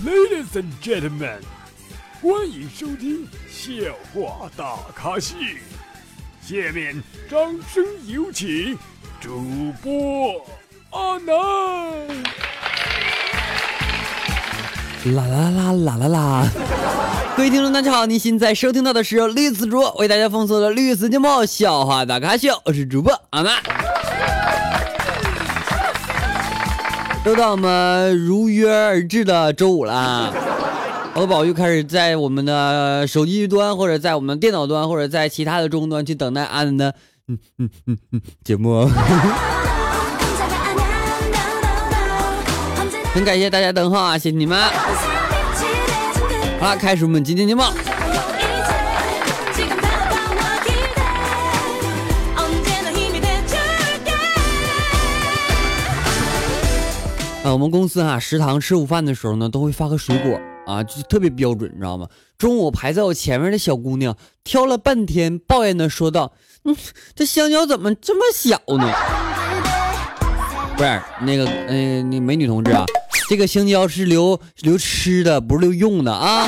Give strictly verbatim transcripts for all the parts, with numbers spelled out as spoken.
Ladies and gentlemen， 欢迎收听笑话大咖秀。下面掌声有请主播阿南。 啦啦啦啦啦啦！各位听众大家好，你现在收听到的是由绿子主为大家放送的绿色节目笑话大咖秀，我是主播阿南。又到我们如约而至的周五了，我宝又开始在我们的手机端或者在我们电脑端或者在其他的终端去等待阿南的嗯嗯嗯嗯节目。很感谢大家等候啊，谢谢你们。好了，开始我们今天节目。啊，我们公司啊，食堂吃午饭的时候呢，都会发个水果啊，就特别标准，你知道吗？中午排在我前面的小姑娘挑了半天，抱怨的说道：“嗯，这香蕉怎么这么小呢？”不是那个，嗯、呃，那美女同志啊，这个香蕉是留留吃的，不是留用的啊。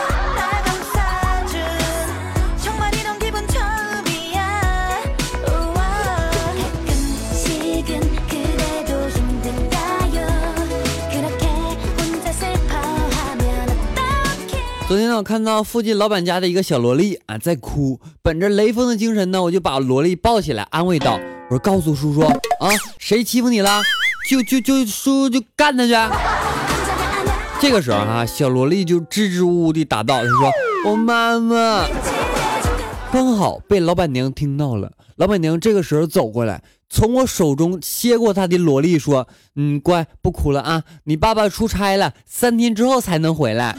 昨天呢，我看到附近老板家的一个小萝莉啊在哭，本着雷锋的精神呢，我就把萝莉抱起来安慰道：“我说告诉叔叔啊，谁欺负你了，就就就叔就干他去。”这个时候哈、啊，小萝莉就支支吾吾地答道：“他说我妈妈。”刚好被老板娘听到了，老板娘这个时候走过来，从我手中接过她的萝莉，说：“嗯，乖，不哭了啊，你爸爸出差了，三天之后才能回来。”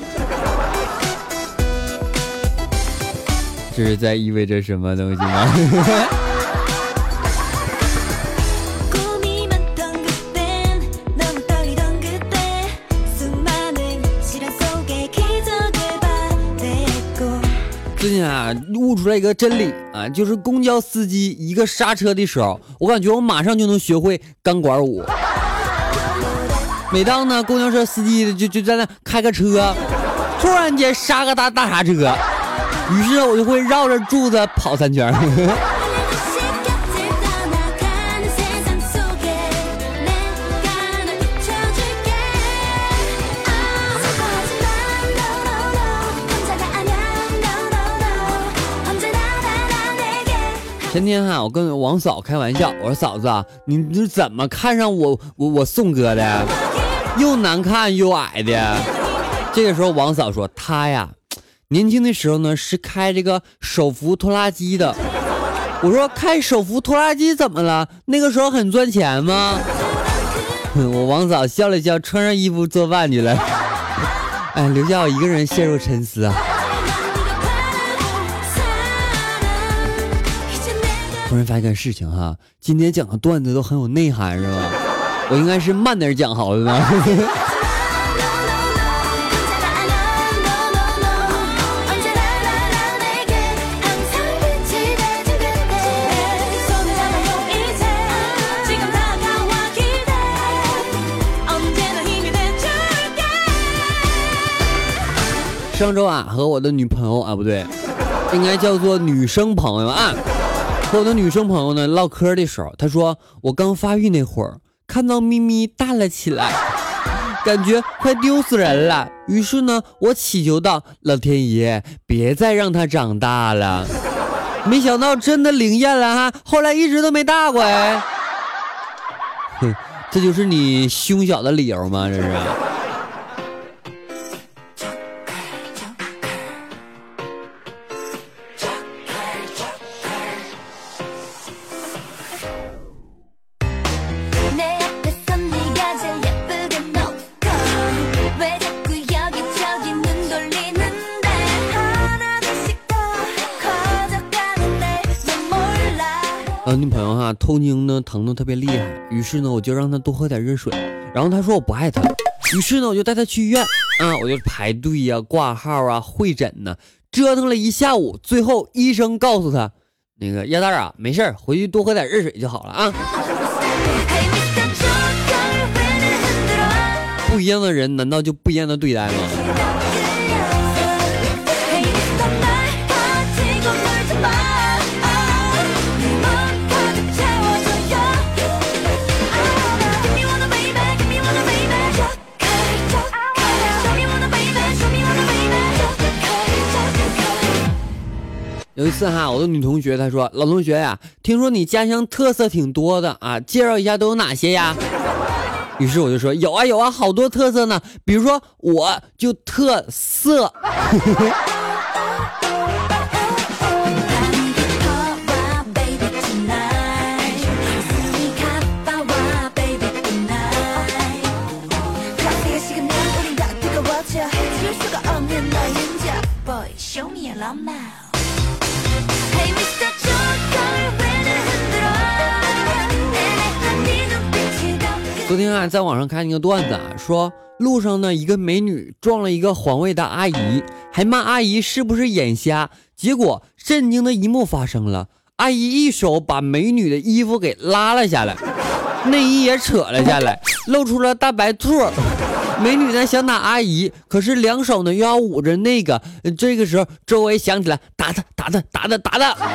这是在意味着什么东西吗？最近啊，悟出来一个真理啊，就是公交司机一个刹车的时候，我感觉我马上就能学会钢管舞。每当呢，公交车司机就就在那开个车，突然间刹个大大刹车。于是我就会绕着柱子跑三圈。前天哈、啊，我跟王嫂开玩笑，我说嫂子啊，你你怎么看上我我我宋哥的？又难看又矮的。这个时候王嫂说他呀。年轻的时候呢，是开这个手扶拖拉机的。我说开手扶拖拉机怎么了？那个时候很赚钱吗？我王嫂笑了笑，穿上衣服做饭去了。哎，留下我一个人陷入沉思啊。突然发现个事情哈，今天讲的段子都很有内涵，是吧？我应该是慢点讲好了呢。上周啊，和我的女朋友啊，不对，应该叫做女生朋友啊，和我的女生朋友呢唠嗑的时候，她说我刚发育那会儿，看到咪咪大了起来，感觉快丢死人了。于是呢，我祈求道：“老天爷，别再让它长大了。”没想到真的灵验了哈，后来一直都没大过哎。哼，这就是你胸小的理由吗？这是。呃，女朋友哈痛经呢，疼得特别厉害，于是呢我就让她多喝点热水，然后她说我不爱她，于是呢我就带她去医院啊，我就排队呀、啊、挂号啊、会诊呢，折腾了一下午，最后医生告诉她，那个鸭蛋啊，没事，回去多喝点热水就好了啊。 不一样的人难道就不一样的对待吗？有一次哈，我的女同学她说：“老同学呀，听说你家乡特色挺多的啊，介绍一下都有哪些呀？”于是我就说：“有啊有啊，好多特色呢，比如说我就特色。”昨天啊，在网上看一个段子啊，说路上呢一个美女撞了一个环卫的阿姨，还骂阿姨是不是眼瞎。结果震惊的一幕发生了，阿姨一手把美女的衣服给拉了下来，内衣也扯了下来，露出了大白兔。美女呢想打阿姨，可是两手呢又要捂着那个。这个时候周围响起了打他打他打他打他。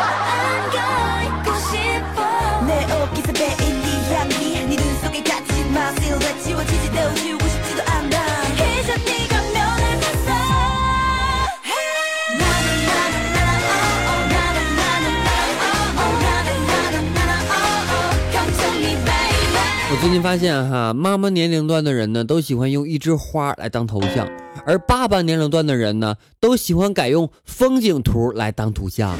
我最近发现哈，妈妈年龄段的人呢都喜欢用一枝花来当头像，而爸爸年龄段的人呢都喜欢改用风景图来当图像。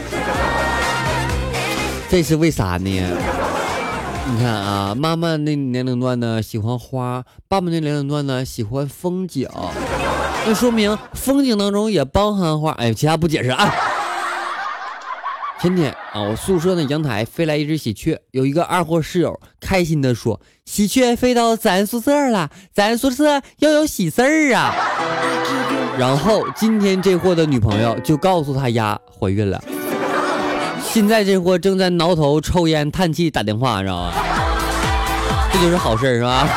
这是为啥呢？你看啊，妈妈那年龄段呢喜欢花，爸爸那年龄段呢喜欢风景，那说明风景当中也包含花。哎，其他不解释啊。前天啊，我宿舍的阳台飞来一只喜鹊，有一个二货室友开心地说：“喜鹊飞到咱宿舍了，咱宿舍要有喜事儿啊！”然后今天这货的女朋友就告诉他丫怀孕了，现在这货正在挠头抽烟叹气打电话，知道吗？这就是好事是吧？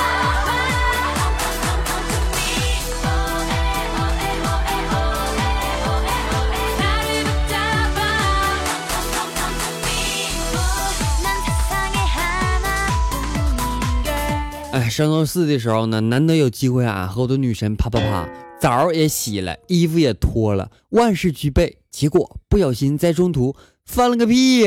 哎，上周四的时候呢，难得有机会啊，和我的女神啪啪啪，澡也洗了，衣服也脱了，万事俱备，结果不小心在中途放了个屁。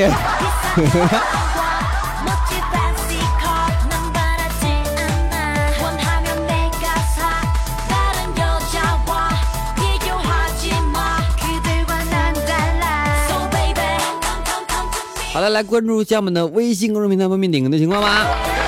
好了，来关注一下我们的微信公众平台方面点歌的情况吧。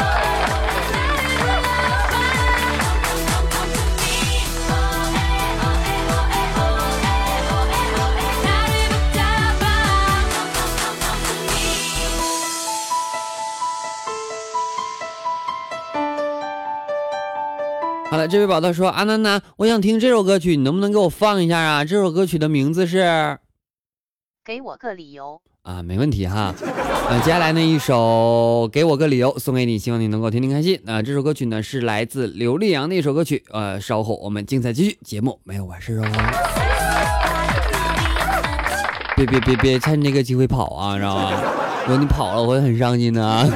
好了，这位宝宝说：“阿楠楠，我想听这首歌曲，你能不能给我放一下啊？这首歌曲的名字是…… 给我个理由啊，没问题哈。呃，接下来呢一首《给我个理由》送给你，希望你能够听听开心。啊、呃，这首歌曲呢是来自刘力扬的一首歌曲。呃，稍后我们精彩继续，节目没有完事哦。别别别别趁这个机会跑啊，知道吧？如果你跑了，我会很伤心的啊。”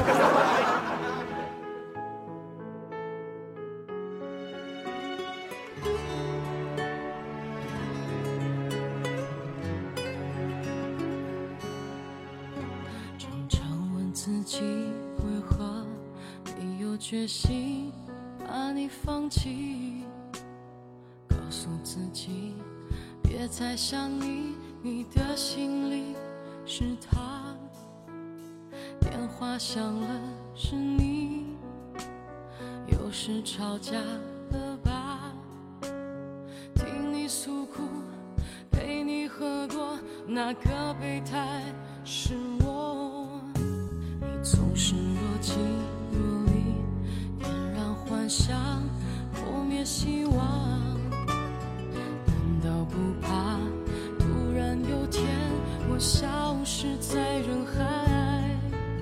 决心把你放弃，告诉自己别再想你，你的心里是他，电话响了是你，又是吵架了吧，听你诉苦，陪你喝过，那个备胎是我，你总是若即若离，幻想破灭希望，难道不怕突然有天我消失在人海？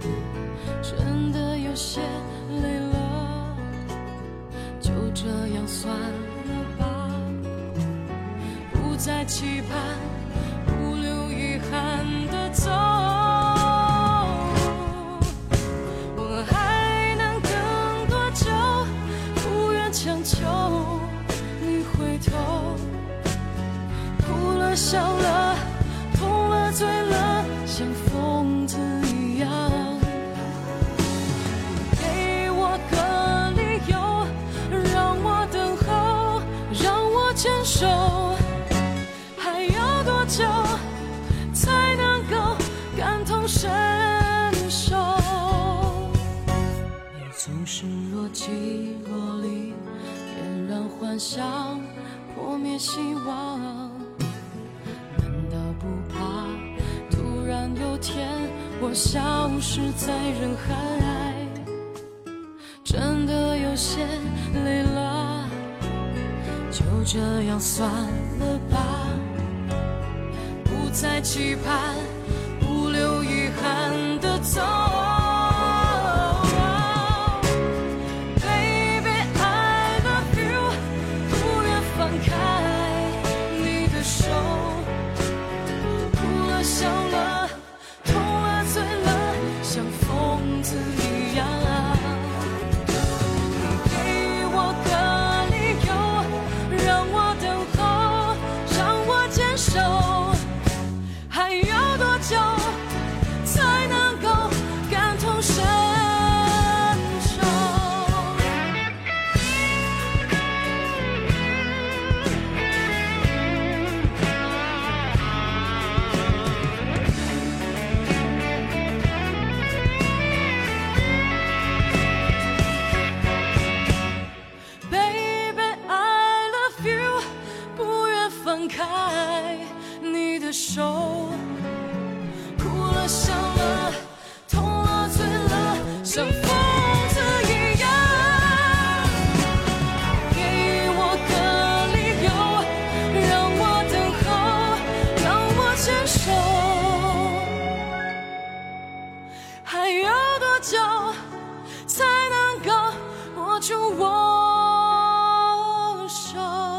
真的有些累了，就这样再期盼，不留遗憾的走。我还能等多久？不愿强求你回头。哭了笑了，痛了醉了，像疯子一样。给我个理由，让我等候，让我坚守。还要多久才能够感同身受？你总是若即若离，点燃幻想，破灭希望。不怕突然有天我消失在人海，真的有些累了，就这样算了吧，不再期盼，不留遗憾的走。Baby I love you， 不愿放开你的手。笑了，痛了，醉了，像疯子一样。你给我个理由，让我等候，让我坚守。还要多久才能够感同身受？Baby I love you， 不愿放开你的手。哭了笑了，痛了醉了，像疯子一样。给我个理由，让我等候，让我坚守。还要多久才能够握住我手？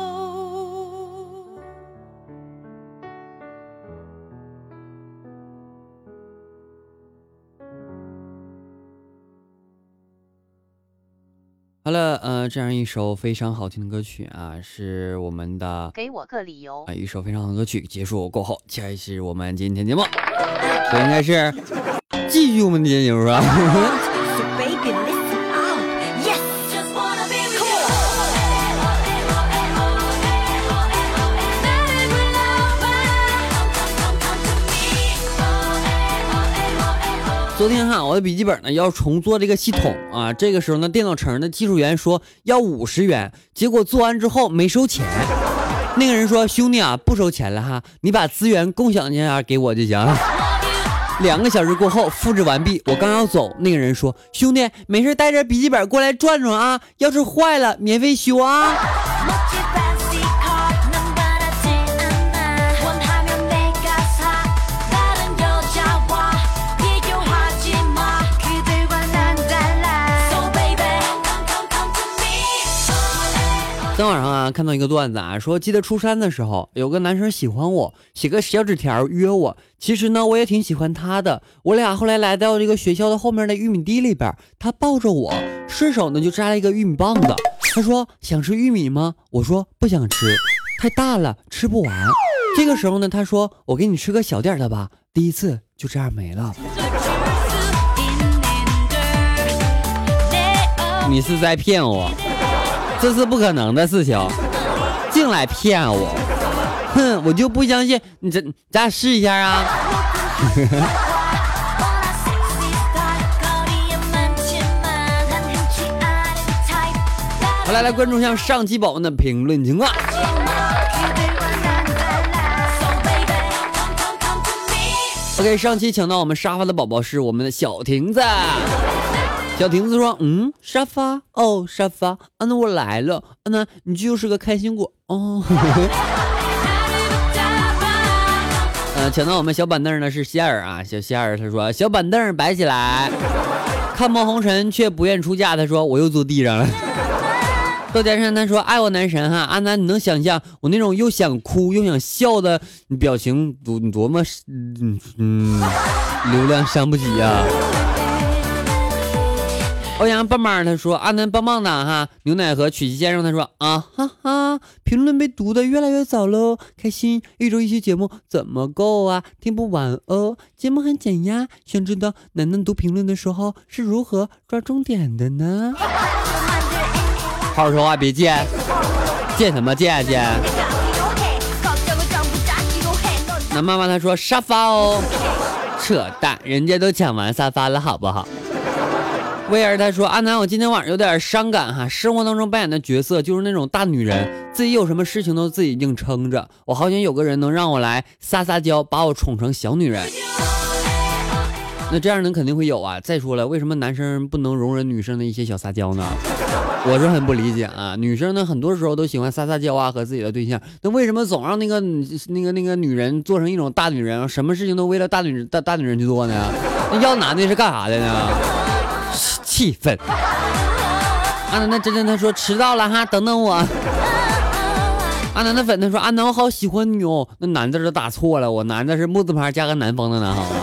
好了，呃，这样一首非常好听的歌曲啊，是我们的给我个理由。 啊，一首非常好的歌曲结束过后，接下来是我们今天节目，这应该是继续我们的节目是吧？昨天哈，我的笔记本呢要重做这个系统啊，这个时候呢，电脑城的技术员说要五十元，结果做完之后没收钱。那个人说：“兄弟啊，不收钱了哈，你把资源共享一下给我就行。”两个小时过后复制完毕，我刚要走，那个人说：“兄弟，没事带着笔记本过来转转啊，要是坏了免费修啊。”昨晚上啊，看到一个段子啊，说记得初三的时候，有个男生喜欢我，写个小纸条约我。其实呢，我也挺喜欢他的。我俩后来来到这个学校的后面的玉米地里边，他抱着我，顺手呢就摘了一个玉米棒子。他说想吃玉米吗？我说不想吃，太大了，吃不完。这个时候呢，他说我给你吃个小点的吧。第一次就这样没了。你是在骗我？这是不可能的事情，净来骗我！哼，我就不相信你这，咱俩试一下啊！好，来来关注一下上期宝宝的评论情况。OK， 上期抢到我们沙发的宝宝是我们的小亭子。小亭子说：“嗯，沙发哦，沙发啊，那我来了，啊、那你就是个开心果哦。”呃，抢到我们小板凳呢是希尔啊，小希尔他说：“小板凳摆起来。”看破红尘却不愿出嫁，他说：“我又坐地上了。” 豆家山他说爱我男神哈，阿南你能想象我那种又想哭又想笑的表情多多么嗯嗯流量伤不起呀。欧阳棒棒他说阿南棒棒的哈，牛奶和曲奇先生他说啊哈哈，评论被读的越来越早喽，开心，一周一期节目怎么够啊，听不完哦，节目很简压，想知道楠楠读评论的时候是如何抓重点的呢？好好说话别贱，贱什么贱贱？那妈妈她说沙发哦，扯淡，人家都抢完沙发了好不好？威尔他说阿南我今天晚上有点伤感哈，生活当中扮演的角色就是那种大女人，自己有什么事情都自己硬撑着，我好想有个人能让我来撒撒娇，把我宠成小女人。那这样人肯定会有啊，再说了，为什么男生不能容忍女生的一些小撒娇呢？我是很不理解啊，女生呢很多时候都喜欢撒撒娇啊和自己的对象，那为什么总让那个那个那个女人做成一种大女人，什么事情都为了大女人大大女人去做呢？那要男的是干啥的呢？气愤。阿南的真真他说迟到了哈，等等我。阿南的粉他说阿南我好喜欢你哦，那男字都打错了，我男的是木字旁加个南方的南好吗？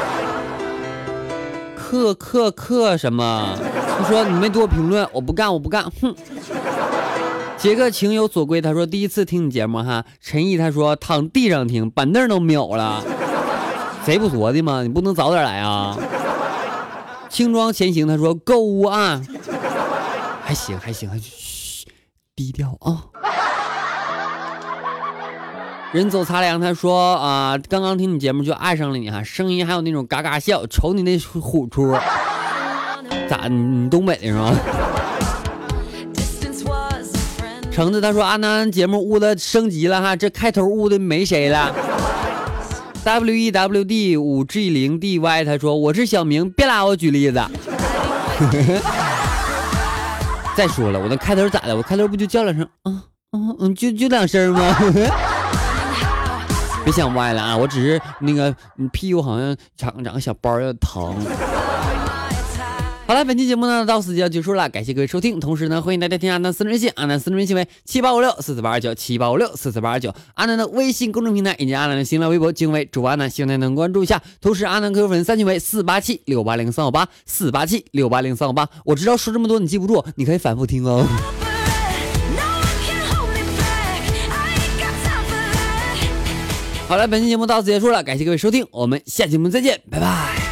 克克克什么？他说你没读我评论，我不干我不干，哼。杰克情有所归他说第一次听你节目哈。陈毅他说躺地上听，板凳都秒了，贼不说的吗？你不能早点来啊。轻装前行他说购物啊，还行还行，还嘘低调啊。人走茶凉他说啊、呃，刚刚听你节目就爱上了你哈，声音还有那种嘎嘎笑，瞅你那虎出，咋你东北的是吗？橙子他说阿南节目悟的升级了哈，这开头悟的没谁了。W E W D 五 G 零 D Y 他说我是小明，别拉我举例子。再说了，我的开头咋的？我开头不就叫两声啊嗯嗯，就就两声吗？别想歪了啊！我只是那个屁股好像长长个小包，有点疼。好了，本期节目呢到此就要结束了，感谢各位收听，同时呢欢迎大家添加阿南私人微信，阿南私人微信为七八五六四四八二九七八五六四四八二九，阿南的微信公众平台以及阿南的新浪微博均为主播阿南，希望大家能关注一下。同时阿南 Q Q 粉三群为四八七六八零三五八四八七六八零三五八，我知道说这么多你记不住，你可以反复听哦。好了，本期节目到此结束了，感谢各位收听，我们下期节目再见，拜拜。